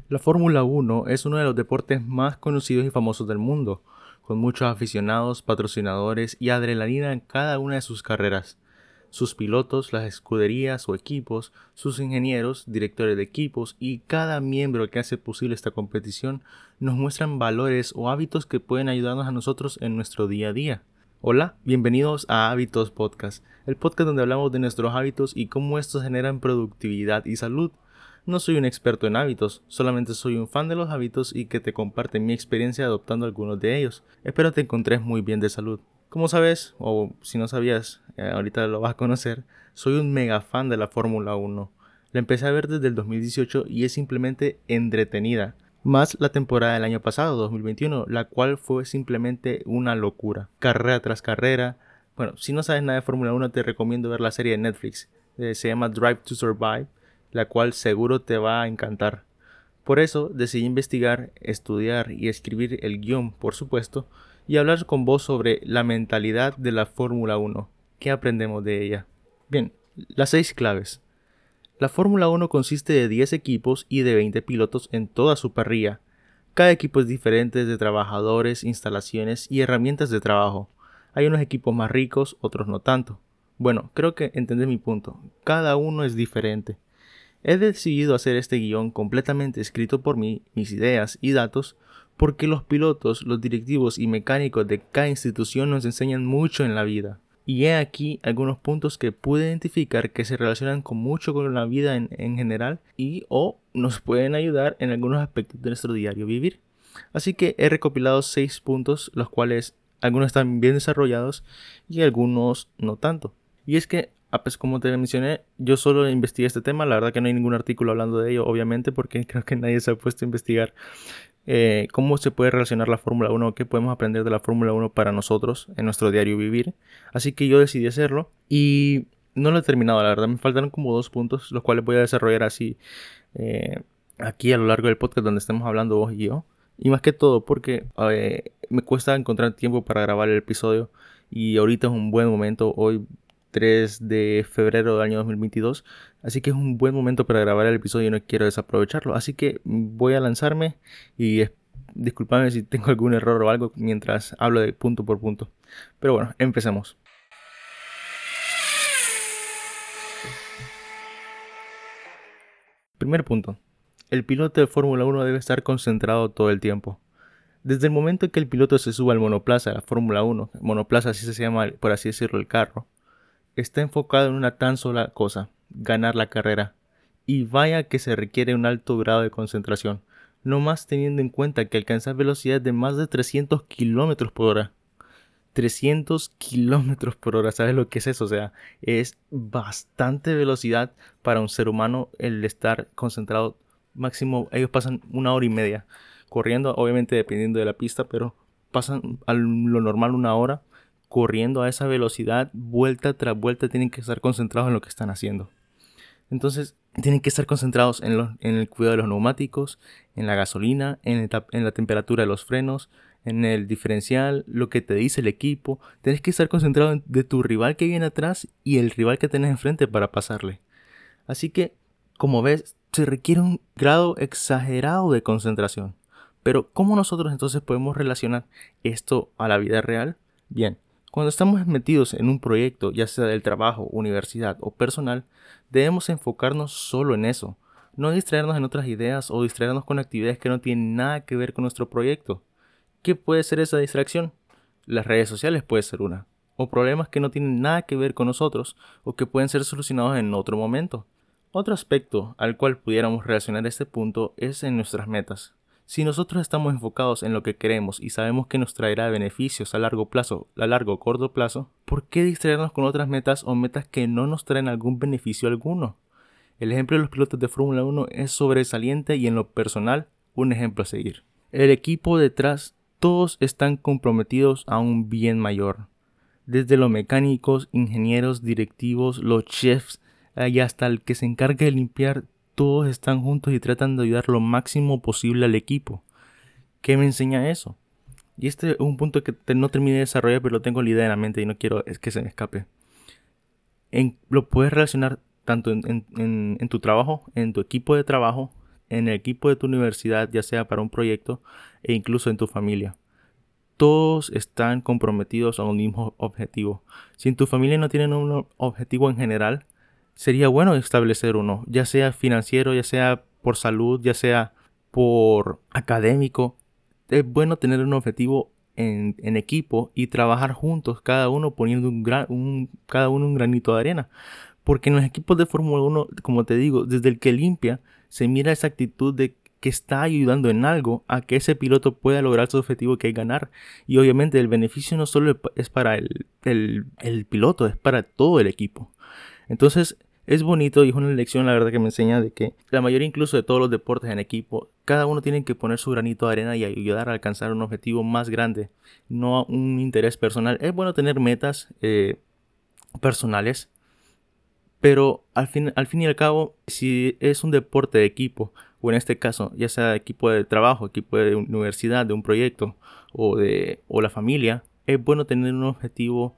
La Fórmula 1 es uno de los deportes más conocidos y famosos del mundo, con muchos aficionados, patrocinadores y adrenalina en cada una de sus carreras. Sus pilotos, las escuderías o equipos, sus ingenieros, directores de equipos y cada miembro que hace posible esta competición nos muestran valores o hábitos que pueden ayudarnos a nosotros en nuestro día a día. Hola, bienvenidos a Hábitos Podcast, el podcast donde hablamos de nuestros hábitos y cómo estos generan productividad y salud. No soy un experto en hábitos, solamente soy un fan de los hábitos y que te comparte mi experiencia adoptando algunos de ellos. Espero te encontres muy bien de salud. Como sabes, o si no sabías, ahorita lo vas a conocer, soy un mega fan de la Fórmula 1. La empecé a ver desde el 2018 y es simplemente entretenida. Más la temporada del año pasado, 2021, la cual fue simplemente una locura. Carrera tras carrera. Bueno, si no sabes nada de Fórmula 1 te recomiendo ver la serie de Netflix. Se llama Drive to Survive, la cual seguro te va a encantar. Por eso decidí investigar, estudiar y escribir el guión, por supuesto, y hablar con vos sobre la mentalidad de la Fórmula 1. ¿Qué aprendemos de ella? Bien, las 6 claves. La Fórmula 1 consiste de 10 equipos y de 20 pilotos en toda su parrilla. Cada equipo es diferente de trabajadores, instalaciones y herramientas de trabajo. Hay unos equipos más ricos, otros no tanto. Bueno, creo que entendés mi punto. Cada uno es diferente. He decidido hacer este guión completamente escrito por mí, mis ideas y datos, porque los pilotos, los directivos y mecánicos de cada institución nos enseñan mucho en la vida. Y he aquí algunos puntos que pude identificar que se relacionan mucho con la vida en general y o nos pueden ayudar en algunos aspectos de nuestro diario vivir. Así que he recopilado 6 puntos, los cuales algunos están bien desarrollados y algunos no tanto. Y es que, pues como te mencioné, yo solo investigué este tema, la verdad que no hay ningún artículo hablando de ello, obviamente, porque creo que nadie se ha puesto a investigar cómo se puede relacionar la Fórmula 1, qué podemos aprender de la Fórmula 1 para nosotros en nuestro diario vivir. Así que yo decidí hacerlo y no lo he terminado, la verdad, me faltaron como 2 puntos, los cuales voy a desarrollar así eh, aquí a lo largo del podcast donde estemos hablando vos y yo. Y más que todo porque me cuesta encontrar tiempo para grabar el episodio y ahorita es un buen momento, hoy 3 de febrero del año 2022, así que es un buen momento para grabar el episodio y no quiero desaprovecharlo, así que voy a lanzarme y disculpame si tengo algún error o algo mientras hablo de punto por punto, pero bueno, empecemos. Primer punto, el piloto de Fórmula 1 debe estar concentrado todo el tiempo. Desde el momento en que el piloto se suba al monoplaza de la Fórmula 1, monoplaza así se llama, por así decirlo, el carro, está enfocado en una tan sola cosa, ganar la carrera. Y vaya que se requiere un alto grado de concentración, no más teniendo en cuenta que alcanzar velocidades de más de 300 kilómetros por hora. 300 kilómetros por hora, ¿sabes lo que es eso? O sea, es bastante velocidad para un ser humano el estar concentrado. Máximo, ellos pasan 1 hora y media corriendo, obviamente dependiendo de la pista, pero pasan a lo normal 1 hora corriendo a esa velocidad, vuelta tras vuelta, tienen que estar concentrados en lo que están haciendo. Entonces, tienen que estar concentrados en el cuidado de los neumáticos, en la gasolina, en la temperatura de los frenos, en el diferencial, lo que te dice el equipo. Tienes que estar concentrado de tu rival que viene atrás y el rival que tenés enfrente para pasarle. Así que, como ves, se requiere un grado exagerado de concentración. Pero, ¿cómo nosotros entonces podemos relacionar esto a la vida real? Bien, cuando estamos metidos en un proyecto, ya sea del trabajo, universidad o personal, debemos enfocarnos solo en eso. No distraernos en otras ideas o distraernos con actividades que no tienen nada que ver con nuestro proyecto. ¿Qué puede ser esa distracción? Las redes sociales puede ser una. O problemas que no tienen nada que ver con nosotros o que pueden ser solucionados en otro momento. Otro aspecto al cual pudiéramos relacionar este punto es en nuestras metas. Si nosotros estamos enfocados en lo que queremos y sabemos que nos traerá beneficios a largo plazo, a largo o corto plazo, ¿por qué distraernos con otras metas o metas que no nos traen algún beneficio alguno? El ejemplo de los pilotos de Fórmula 1 es sobresaliente y en lo personal un ejemplo a seguir. El equipo detrás, todos están comprometidos a un bien mayor. Desde los mecánicos, ingenieros, directivos, los chefs y hasta el que se encarga de limpiar, todos están juntos y tratan de ayudar lo máximo posible al equipo. ¿Qué me enseña eso? Y este es un punto que no terminé de desarrollar, pero lo tengo la idea en la mente y no quiero que se me escape. Lo puedes relacionar tanto en tu trabajo, en tu equipo de trabajo, en el equipo de tu universidad, ya sea para un proyecto e incluso en tu familia. Todos están comprometidos a un mismo objetivo. Si en tu familia no tienen un objetivo en general, sería bueno establecer uno, ya sea financiero, ya sea por salud, ya sea por académico. Es bueno tener un objetivo en equipo y trabajar juntos, cada uno poniendo cada uno un granito de arena. Porque en los equipos de Fórmula 1, como te digo, desde el que limpia, se mira esa actitud de que está ayudando en algo a que ese piloto pueda lograr su objetivo, que es ganar. Y obviamente el beneficio no solo es para el piloto, es para todo el equipo. Entonces es bonito y es una lección, la verdad, que me enseña de que la mayoría incluso de todos los deportes en equipo, cada uno tiene que poner su granito de arena y ayudar a alcanzar un objetivo más grande, no un interés personal. Es bueno tener metas personales, pero al fin y al cabo, si es un deporte de equipo, o en este caso, ya sea equipo de trabajo, equipo de universidad, de un proyecto o la familia, es bueno tener un objetivo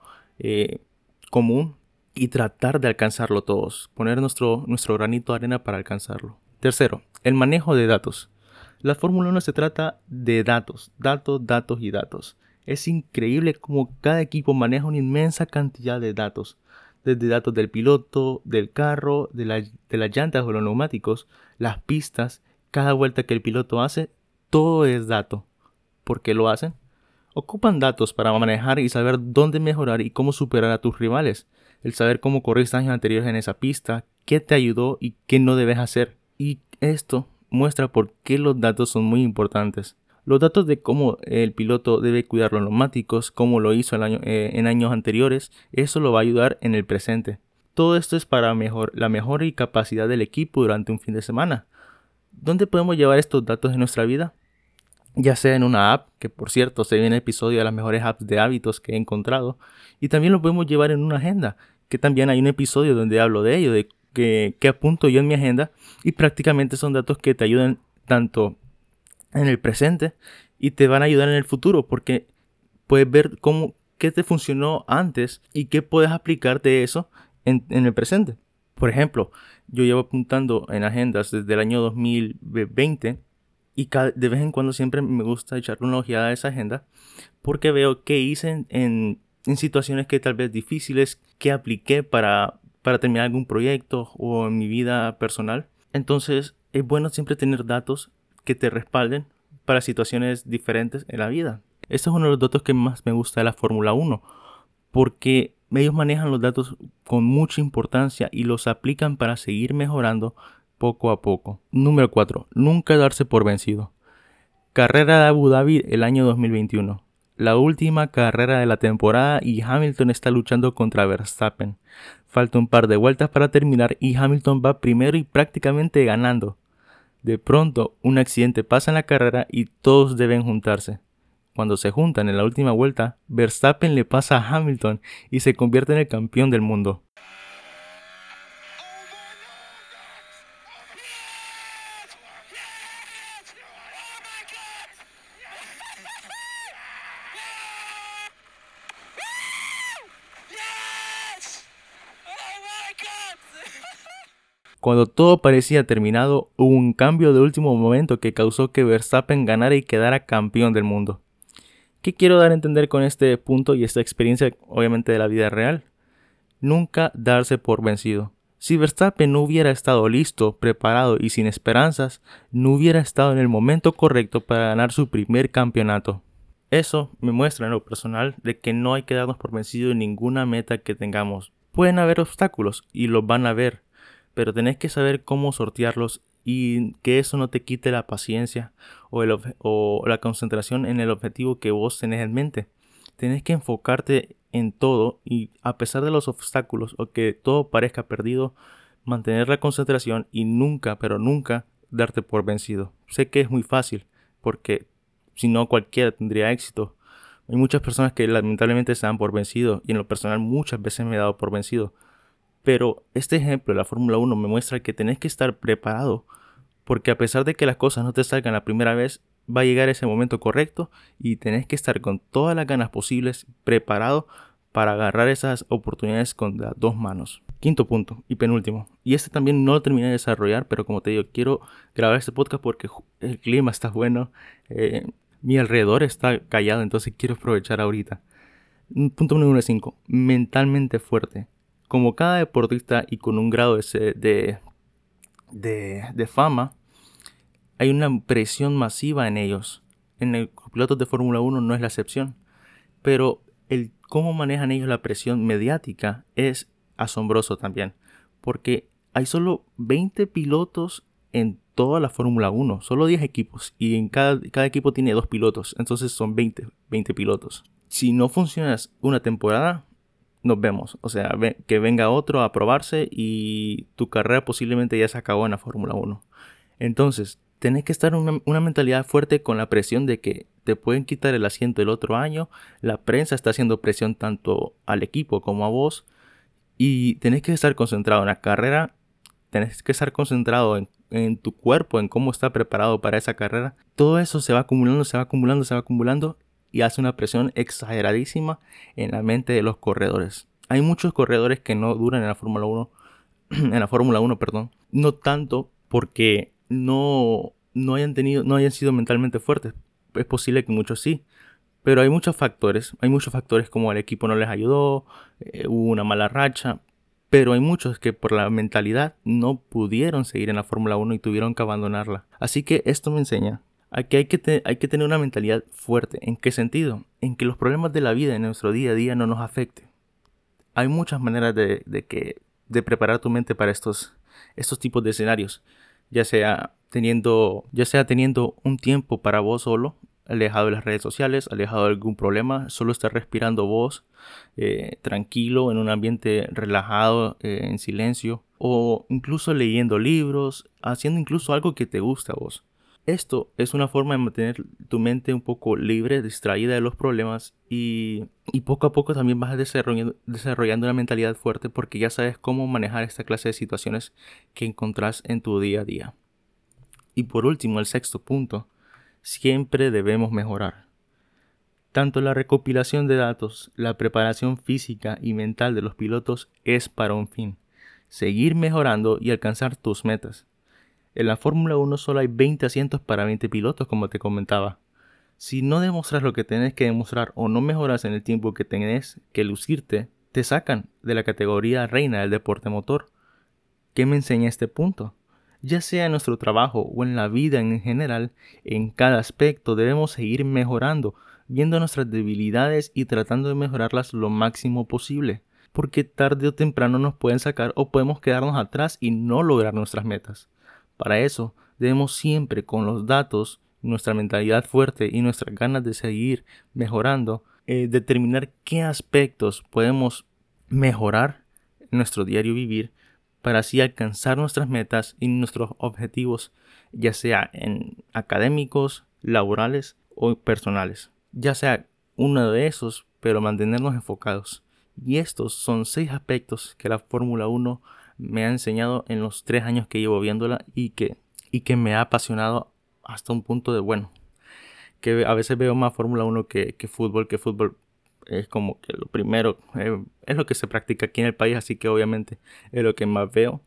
común y tratar de alcanzarlo todos, poner nuestro granito de arena para alcanzarlo. Tercero, el manejo de datos. La Fórmula 1 se trata de datos, datos y datos. Es increíble cómo cada equipo maneja una inmensa cantidad de datos. Desde datos del piloto, del carro, de las llantas o los neumáticos, las pistas, cada vuelta que el piloto hace, todo es dato. ¿Por qué lo hacen? Ocupan datos para manejar y saber dónde mejorar y cómo superar a tus rivales. El saber cómo corriste años anteriores en esa pista, qué te ayudó y qué no debes hacer. Y esto muestra por qué los datos son muy importantes. Los datos de cómo el piloto debe cuidar los neumáticos, cómo lo hizo en años anteriores, eso lo va a ayudar en el presente. Todo esto es para la mejor capacidad del equipo durante un fin de semana. ¿Dónde podemos llevar estos datos en nuestra vida? Ya sea en una app, que por cierto se viene episodio de las mejores apps de hábitos que he encontrado, y también lo podemos llevar en una agenda, que también hay un episodio donde hablo de ello, de que apunto yo en mi agenda, y prácticamente son datos que te ayudan tanto en el presente y te van a ayudar en el futuro, porque puedes ver qué te funcionó antes y qué puedes aplicar de eso en el presente. Por ejemplo, yo llevo apuntando en agendas desde el año 2020 y de vez en cuando siempre me gusta echarle una ojeada a esa agenda porque veo qué hice en situaciones que tal vez difíciles, que apliqué para terminar algún proyecto o en mi vida personal. Entonces es bueno siempre tener datos que te respalden para situaciones diferentes en la vida. Este es uno de los datos que más me gusta de la Fórmula 1, porque ellos manejan los datos con mucha importancia y los aplican para seguir mejorando poco a poco. Número 4. Nunca darse por vencido. Carrera de Abu Dhabi el año 2021. La última carrera de la temporada y Hamilton está luchando contra Verstappen. Falta un par de vueltas para terminar y Hamilton va primero y prácticamente ganando. De pronto, un accidente pasa en la carrera y todos deben juntarse. Cuando se juntan en la última vuelta, Verstappen le pasa a Hamilton y se convierte en el campeón del mundo. Cuando todo parecía terminado, hubo un cambio de último momento que causó que Verstappen ganara y quedara campeón del mundo. ¿Qué quiero dar a entender con este punto y esta experiencia, obviamente, de la vida real? Nunca darse por vencido. Si Verstappen no hubiera estado listo, preparado y sin esperanzas, no hubiera estado en el momento correcto para ganar su primer campeonato. Eso me muestra en lo personal de que no hay que darnos por vencido en ninguna meta que tengamos. Pueden haber obstáculos y los van a haber, pero tenés que saber cómo sortearlos y que eso no te quite la paciencia o la concentración en el objetivo que vos tenés en mente. Tenés que enfocarte en todo y a pesar de los obstáculos o que todo parezca perdido, mantener la concentración y nunca, pero nunca darte por vencido. Sé que es muy fácil porque si no cualquiera tendría éxito. Hay muchas personas que lamentablemente se dan por vencido y en lo personal muchas veces me he dado por vencido. Pero este ejemplo de la Fórmula 1 me muestra que tenés que estar preparado porque a pesar de que las cosas no te salgan la primera vez, va a llegar ese momento correcto y tenés que estar con todas las ganas posibles preparado para agarrar esas oportunidades con las dos manos. Quinto punto y penúltimo. Y este también no lo terminé de desarrollar, pero como te digo, quiero grabar este podcast porque el clima está bueno. Mi alrededor está callado, entonces quiero aprovechar ahorita. Punto número 5. Mentalmente fuerte. Como cada deportista y con un grado de fama, hay una presión masiva en ellos. En los pilotos de Fórmula 1 no es la excepción. Pero el cómo manejan ellos la presión mediática es asombroso también. Porque hay solo 20 pilotos en toda la Fórmula 1. Solo 10 equipos. Y en cada equipo tiene 2 pilotos. Entonces son 20 pilotos. Si no funcionas una temporada, nos vemos. O sea, que venga otro a probarse y tu carrera posiblemente ya se acabó en la Fórmula 1. Entonces, tenés que estar en una mentalidad fuerte con la presión de que te pueden quitar el asiento el otro año. La prensa está haciendo presión tanto al equipo como a vos. Y tenés que estar concentrado en la carrera. Tenés que estar concentrado en tu cuerpo, en cómo está preparado para esa carrera. Todo eso se va acumulando, se va acumulando, se va acumulando. Y hace una presión exageradísima en la mente de los corredores. Hay muchos corredores que no duran en la Fórmula 1. En la Fórmula 1, perdón. No tanto porque no hayan sido mentalmente fuertes. Es posible que muchos sí. Pero hay muchos factores como el equipo no les ayudó, hubo una mala racha. Pero hay muchos que por la mentalidad no pudieron seguir en la Fórmula 1 y tuvieron que abandonarla. Así que esto me enseña a que hay que tener una mentalidad fuerte. ¿En qué sentido? En que los problemas de la vida en nuestro día a día no nos afecten. Hay muchas maneras de preparar tu mente para estos tipos de escenarios, ya sea teniendo un tiempo para vos solo, alejado de las redes sociales, alejado de algún problema, solo estar respirando vos, tranquilo, en un ambiente relajado, en silencio, o incluso leyendo libros, haciendo incluso algo que te gusta a vos. Esto es una forma de mantener tu mente un poco libre, distraída de los problemas y poco a poco también vas desarrollando una mentalidad fuerte porque ya sabes cómo manejar esta clase de situaciones que encontrás en tu día a día. Y por último, el sexto punto, siempre debemos mejorar. Tanto la recopilación de datos, la preparación física y mental de los pilotos es para un fin, seguir mejorando y alcanzar tus metas. En la Fórmula 1 solo hay 20 asientos para 20 pilotos, como te comentaba. Si no demostras lo que tenés que demostrar o no mejoras en el tiempo que tenés que lucirte, te sacan de la categoría reina del deporte motor. ¿Qué me enseña este punto? Ya sea en nuestro trabajo o en la vida en general, en cada aspecto debemos seguir mejorando, viendo nuestras debilidades y tratando de mejorarlas lo máximo posible, porque tarde o temprano nos pueden sacar o podemos quedarnos atrás y no lograr nuestras metas. Para eso, debemos siempre con los datos, nuestra mentalidad fuerte y nuestras ganas de seguir mejorando, determinar qué aspectos podemos mejorar en nuestro diario vivir para así alcanzar nuestras metas y nuestros objetivos, ya sea en académicos, laborales o personales. Ya sea uno de esos, pero mantenernos enfocados. Y estos son 6 aspectos que la Fórmula 1 me ha enseñado en los 3 años que llevo viéndola y que me ha apasionado hasta un punto de, bueno, que a veces veo más Fórmula 1 que fútbol es como que lo primero, es lo que se practica aquí en el país, así que obviamente es lo que más veo,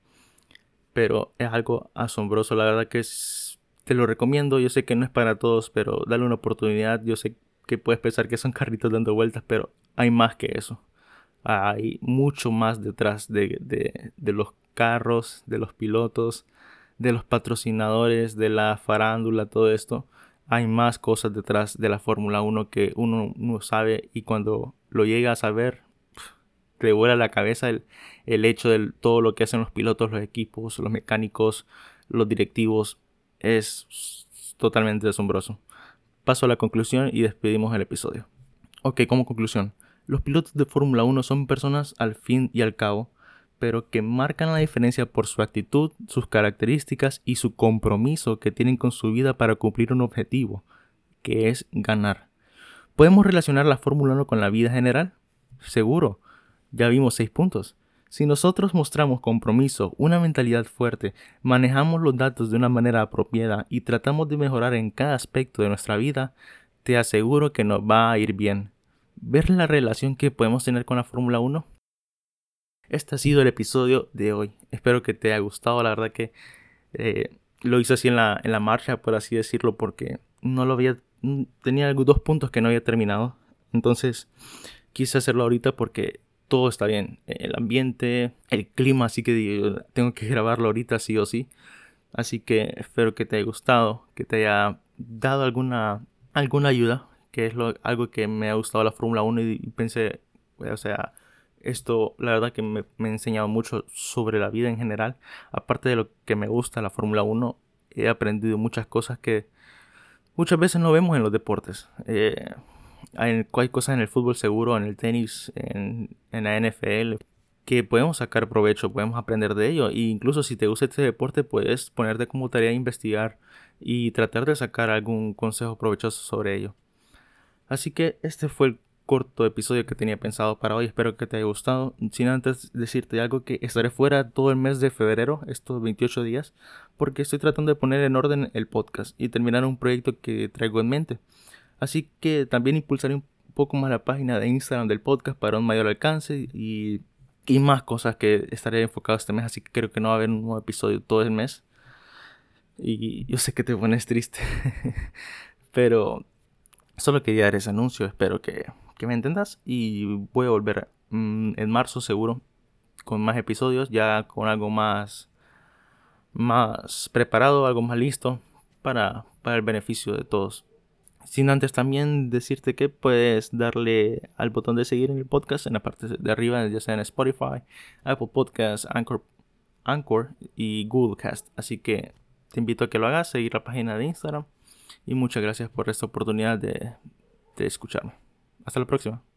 pero es algo asombroso, la verdad que te lo recomiendo, yo sé que no es para todos, pero dale una oportunidad, yo sé que puedes pensar que son carritos dando vueltas, pero hay más que eso. Hay mucho más detrás de los carros, de los pilotos, de los patrocinadores, de la farándula, todo esto. Hay más cosas detrás de la Fórmula 1 que uno no sabe y cuando lo llega a saber, te vuela la cabeza el hecho de todo lo que hacen los pilotos, los equipos, los mecánicos, los directivos. Es totalmente asombroso. Paso a la conclusión y despedimos el episodio. Ok, como conclusión, los pilotos de Fórmula 1 son personas al fin y al cabo, pero que marcan la diferencia por su actitud, sus características y su compromiso que tienen con su vida para cumplir un objetivo, que es ganar. ¿Podemos relacionar la Fórmula 1 con la vida general? Seguro, ya vimos 6 puntos. Si nosotros mostramos compromiso, una mentalidad fuerte, manejamos los datos de una manera apropiada y tratamos de mejorar en cada aspecto de nuestra vida, te aseguro que nos va a ir bien. ¿Ver la relación que podemos tener con la Fórmula 1? este ha sido el episodio de hoy. Espero que te haya gustado. La verdad que lo hice así en la marcha, por así decirlo, porque no lo había... Tenía 2 puntos que no había terminado. Entonces quise hacerlo ahorita porque todo está bien. El ambiente, el clima, así que tengo que grabarlo ahorita sí o sí. Así que espero que te haya gustado, que te haya dado alguna ayuda, que es algo que me ha gustado la Fórmula 1 y pensé, o sea, esto la verdad que me ha enseñado mucho sobre la vida en general. Aparte de lo que me gusta la Fórmula 1, he aprendido muchas cosas que muchas veces no vemos en los deportes. Hay cosas en el fútbol seguro, en el tenis, en la NFL, que podemos sacar provecho, podemos aprender de ello. E incluso si te gusta este deporte, puedes ponerte como tarea investigar y tratar de sacar algún consejo provechoso sobre ello. Así que este fue el corto episodio que tenía pensado para hoy. Espero que te haya gustado. Sin antes decirte algo, que estaré fuera todo el mes de febrero, estos 28 días, porque estoy tratando de poner en orden el podcast y terminar un proyecto que traigo en mente. Así que también impulsaré un poco más la página de Instagram del podcast para un mayor alcance y más cosas que estaré enfocado este mes. Así que creo que no va a haber un nuevo episodio todo el mes. Y yo sé que te pones triste, pero solo quería dar ese anuncio. Espero que me entendas y voy a volver en marzo seguro con más episodios, ya con algo más preparado, algo más listo para el beneficio de todos. Sin antes también decirte que puedes darle al botón de seguir en el podcast en la parte de arriba, ya sea en Spotify, Apple Podcasts, Anchor y Google Cast. Así que te invito a que lo hagas, seguir la página de Instagram y muchas gracias por esta oportunidad de escucharme. Hasta la próxima.